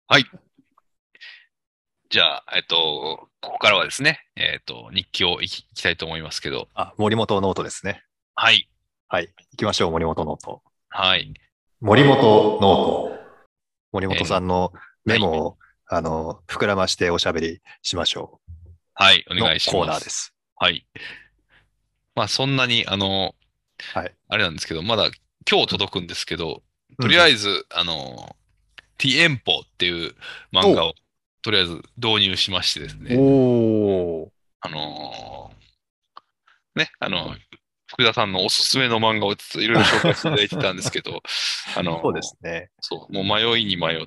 はい。じゃあ、ここからはですね、日記をいきたいと思いますけど。 あ、森本ノートですね。 はい。 はい。行きましょう、森本ノート。 はい。 森本ノート。森本さえーんのはい。 メモを、膨らましておしゃべりしましょはい。おうの願いします。 コーナーです。 はい。まあ、そんなに、 はい。 あれなんですけど、まだ今日うん。 届くんですけど、とりあうん。 えず、ティエンポっていう漫画おを、とりあえず導入しましてですね、 おー。 あのね、福田さんのおすすめの漫画をちょっといろいろ紹介していただいてたんですけど、あそうでのすね。 そう、もう迷いに迷って、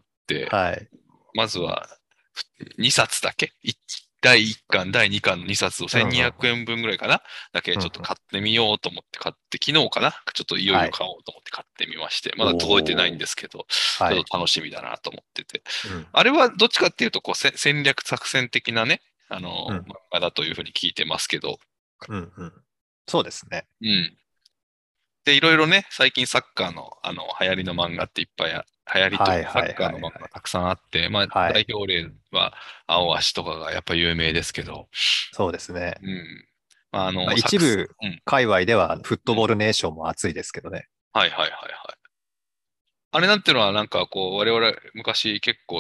はい。 まずは2冊だけ、第1巻、第2巻の2冊をうんうんう 1200 ん。 円分ぐらいかなだけうんうん。 ちょっと買ってみようと思って買って、昨日かなちょっといよいはい。 よ買おうと思って買ってみまして、まだ届いてないんおー。 ですけど、ちはい。 ょっと楽しみだなと思ってて。 うん。 あれはどっちかっていうと、こう、戦略作戦的なね、 うん。 漫画だというふうに聞いてますけど、 うんうん。そうですね。 うん。で、いろいろね、最近サッカーの、流行りの漫画っていっぱい流行りというか、サッはいはいカーの漫はいはい。 画たくさんあって、まあ、 はい。 代表例は、青足とかがやっぱ有名ですけど、 そうですね。 うん。まあ、 まあ、 サクス、 一部、 うん、 界隈ではフッうん。 トボールネーションも熱いですけどね。 はいはいはいはい。あれなんていうのは、なんかこう、我々昔結構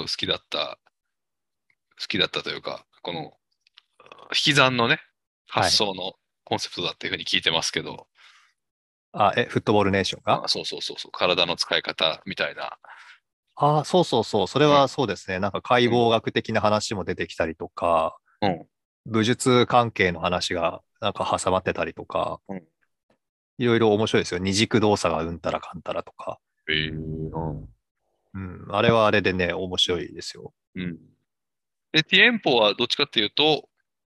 好きだったというか、この、引き算のね、 はい。 発想のコンセプトだっていうふうに聞いてますけど、 あ、フットボールネーションが。 そうそうそうそう、体の使い方みたいな。 ああ、そうそうそう。それうん、 はそうですね。なんか解うん、 剖学的な話も出てきたりとか、 うん、 武術関係の話がなんか挟まってたりとか、 うん。 いろいろ面白いですよ。二軸動作がうんたらかんたらとか。 うん。 うん。あれはあれでね、面白いですよ。 うん。で、ティエンポはどっちかっていうと、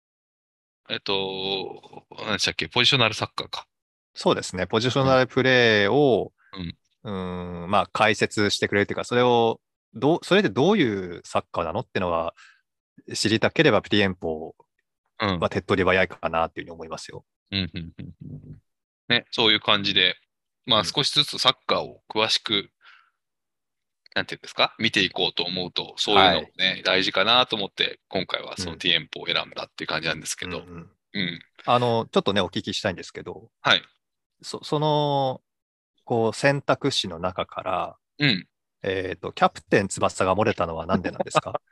何でしたっけ、ポジショナルサッカーか。 そうですね。ポジショうん。 ナルプレーを、 うん。 まあ解説してくれるというか、それを、それでどういうサッカーなのってのが知りたければ、ピティエンポうん。 は手っ取り早いかなっていうふうに思いますよ。 うん。うん。うん。うんね、そういう感じで、まあうん。 少しずつサッカーを詳しく、なんていうんですか、見ていこうと思うと、そういうはい。 のもね、大事かなと思って、今回はそのうん。 ティエンポを選んだっていう感じなんですけうんうど。 ん。 うん。 ちょっとね、お聞きしたいんですけど、 はい。 その、こう、選択肢の中から、 うん。 キャプテン翼が漏れたのはなんでなんですか？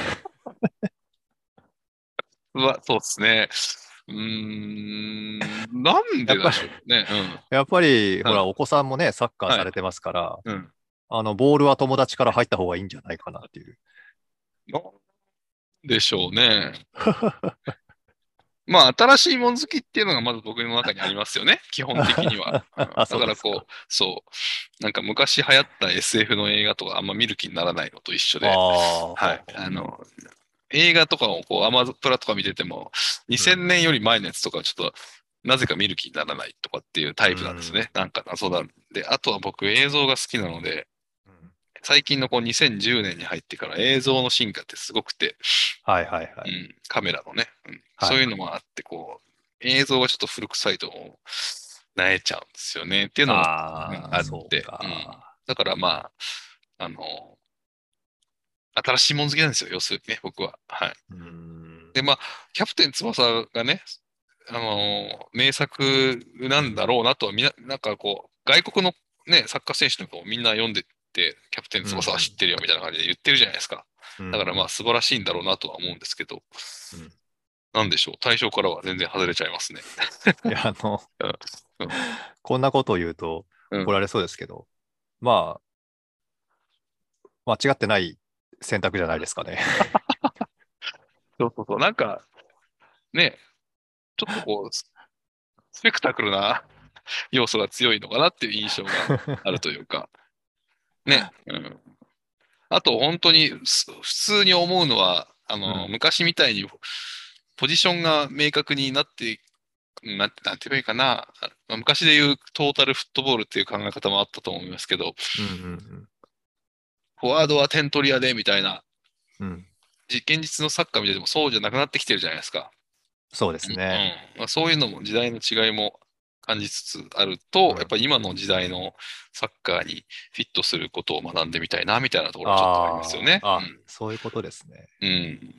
そうですね。うーん、なんやっぱりででしょうね。うん。 やっぱり、ほら、 うん。 お子さんもね、サッカーはい。 されてますから、 うん。 ボールは友達から入った方がいいんじゃないかなっていう。 なんでしょうね。まあ、新しいもの好きっていうのがまず僕の中にありますよね。基本的には。うん、 あ、 だそうですか。 からこう、そう。なんか昔流行った SF の映画とかあんま見る気にならないのと一緒あで、 あ、 はい。 ほうほ映画とかをこう、アマプラとか見てても、 う。うん。 2000年より前のやつとかちょっと、なぜか見る気にならないとかっていうタうイプなんですん。 ね。なんか謎なんで、あとは僕映像が好きなので、 うん。 最近のこう2010年に入ってから映像の進化ってすごくて、 はいはいはい。 うん、カメラのね、うん、 はい。 そういうのもあって、こう、映像がちょっと古臭いと萎えちゃうんですよねっていうのも、 ああ、 あっそうて、うん。 か。 だからまあ、新しいもの好きなんですよ、要するにね、僕は。はい。 うん。 で、まあ、キャプテン翼がね、名作なんだうん。 ろうなとは、なんかこう、外国のね、サッカー選手とかもみんな読んでって、キャプテンうん。う翼は知っん。 てるよみたいな感じで言ってるじゃないですか。 うん。 だからまあうん。 素晴らしいんだろうなとは思うんですけど、 うん。 なんでしょう。対象からは全然外れちゃいますね。 いや、 うん。 こんなことを言うとうん。 怒られそうですけど、まあ、間違ってない選択じゃないですかね。 そうそうそう。なんか、ね、ちょっとこう、スペクタクルな要素が強いのかなっていう印象があるというか、ね。うん。あと、本当に普通に思うのは、 うん。 昔みたいにポジションが明確になって、なんて言えばいいかな。昔でいうトータルフットボールっていう考え方もあったと思いますけど、 うん。うん。 フォワードは点取り屋でみたいな、 うん。 現実のサッカー見ててもそうじゃなくなってきてるじゃないですか。 そうでうん。 すね。 まあ、そういうのも時代の違いも感じつつあると、やっうん。 ぱり今の時代のサッカーにフィットすることを学んでみたいな、みたいなところはちょっとありますよね。 そういうことですね。 うん。うん。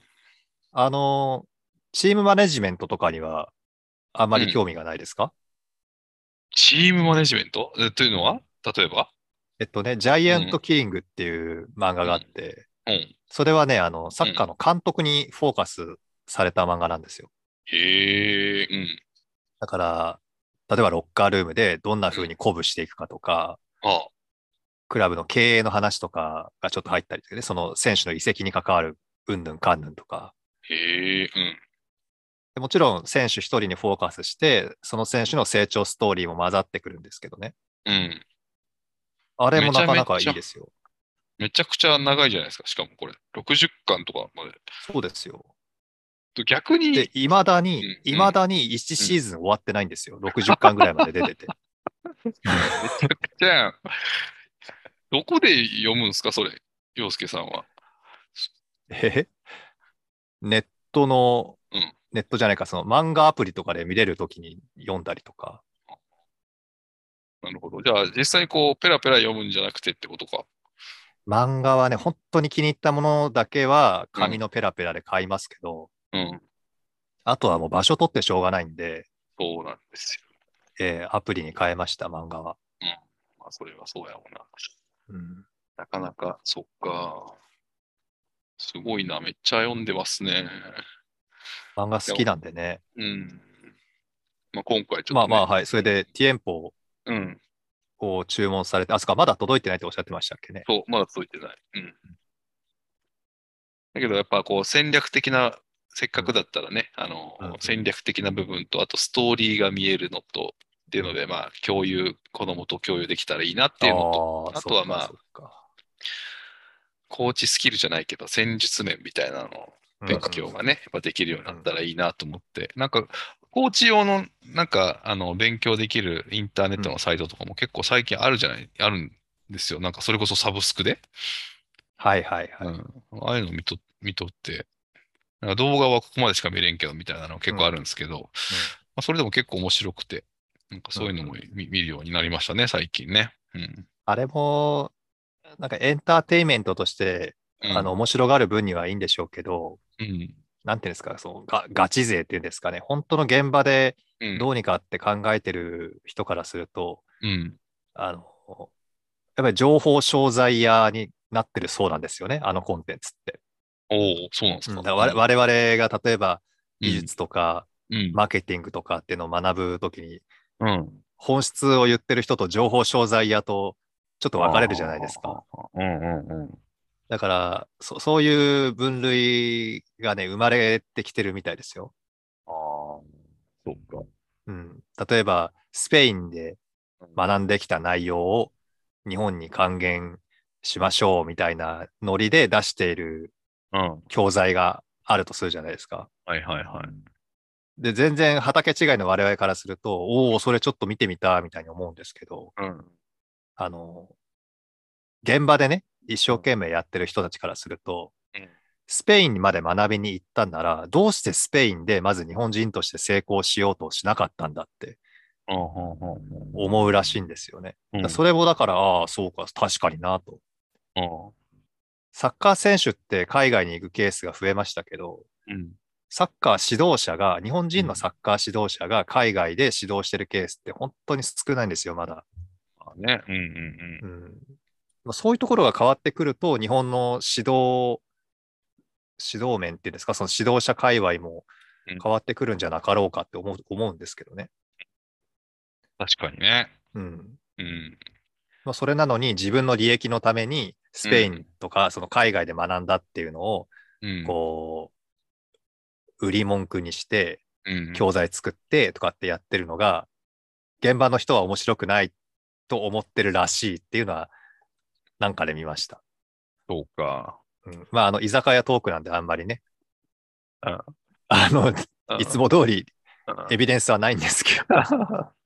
あの、チームマネジメントとかにはあんまうん。 り興味がないですか？ チームマネジメントというのは例えば。 ジャイアントうん。 キリングっていう漫画があっうん。 て、 うん。 それはね、サッカーうん。 の監督にフォーカスされた漫画なんですよ。 へえ、うん。 だから、例えばロッカールームでどんなうん。 風に鼓舞していくかとか、 ああ。 クラブの経営の話とかがちょっとうん。 入ったりしてね、その選手の移籍に関わるうんぬんかんぬんとか、 へえ、うん。 でもちろん選手一人にフォーカスして、その選手の成長ストーリーも混ざってくるんですけどね。 うん。 あれめちゃもなかなかいめちゃ、 いですよ。 めちゃくちゃ長いじゃないですか。しかもこれ、60巻とかまで。 そうですよ。 逆で、 に、 未だに、 うん、うん、 未だに1 うん。 シーズン終わってないんですよ。60巻ぐらいまで出てて。 めちゃくちゃやん。どこで読むんですか、それ。洋介さんは。 えネットの、 うん。 ネットじゃないか、その漫画アプリとかで見れるときに読んだりとか。 なるほど。じゃあ、実際にこう、ペラペラ読むんじゃなくてってことか。 漫画はね、本当に気に入ったものだけはうん。 紙のペラペラで買いますけど、 うん。 あとはもう場所取ってしょうがないんで、 そうなんですアプリに変えました、漫画は。 よ。うん。まあ、それはそうやろうな。 うん、 なかなか、そっか。すごいな。めっちゃ読んでますね。 漫画好きでも、 なんでね。 うん。まあ、今回ちょっとね。 まあまあ、はい。それで、ティエンポうん。うん。 を注文されて、あ、そっか、まだ届いてないっておっしゃってましたっけね。 そう、まだ届いてない。うん。だけどやっぱこう戦略的な、せっかくうん。 だったらね、 うん。うん。 戦略的な部分と、あとストーリーが見えるのと、っていううん。 ので、まあ、子供と共有できたらいいなっていうのと、 ああ、 あそっか、 とはまあ、 そっか。 コーチスキルじゃないけど、戦術面みたいなのうんう勉強がね、 んやっぱできるようになっうん。 たらいいなと思って、なんか、コーチ用の、なんか、勉強できるインターネッうん。 トのサイトとかも結構最近あるじゃない、あるんですよ。なんか、それこそサブスクで。 はいはいはい。 うん。ああいうの見とって、なんか動画はここまでしか見れんけどみたいなの結構あるんうん。 ですけど、 うん。 まあ、それでも結構面白くて、なんかうん。うそういうのもん。 見るようになりましたね、最近ね。うん。 あれも、なんかエンターテインメントとして、 うん。 面白がる分にはいいんでしょうけど、 うん。 なんていうんですか、ガチ勢っていうんですかね、本当の現場でうん。 どうにかって考えてる人からすると、 うん。 あの、やっぱり情報商材屋になってるそうなんですよね、あのコンテンツって。 おお、そうなんですうん、 か。 だからうん。 我々が例えば技うん。 術とかうん。 マーケティングとかっていうのを学ぶときに、 うん。 本質を言ってる人と情報商材屋とちょっとあ分かれるじゃないですあ。 か。 うんうんうん。 だから、そういう分類がね、生まれてきてるみたいですよ。 ああ、そっか。 うん、例えば、スペインでうん。 学んできた内容を日本に還元しましょうみたいなノリで出しているうん。 教材があるとするじゃないですか。 はいはいはい。 で、全然畑違いの我々からすると、おお、それちょっと見てみたみたいに思うんですけど、 うん。 あの、現場でね、一生うん。 懸命やってる人たちからすると、 うん。 スペインまで学びに行ったんなら、どうしてスペインでまず日本人として成功しようとしなかったんだってうん。 思うらしいんですよね。 うん。 それもだから、ああ、そうか、確かになと。 うん。 サッカー選手って海外に行くケースが増えましたけど、 うん。 サッカー指導者が、日本うん。 人のサッカー指導者が海外で指導してるケースって本当に少ないんですよ、まだ。 まあね。うんうんうん、そういうところが変わってくると、日本の指導面っていうんですか、その指導者界隈もうん。うん。 変わってくるんじゃなかろうかって思うんですけどね。 確かにね。 うん。 うん。 それなのに自分の利益のためにスペインうん。 とかその海外で学んだっていうのをうん。 こ売り文句にしてうん。 教材作ってとかってやってるのが現場の人は面白くないと思ってるらしいっていうのはなんかで見ました。 そうか。 うん、まあ居酒屋トークなんであんまりね、 うん。 あの、いつうん。 も通りうん。 エビデンスはないんですけど。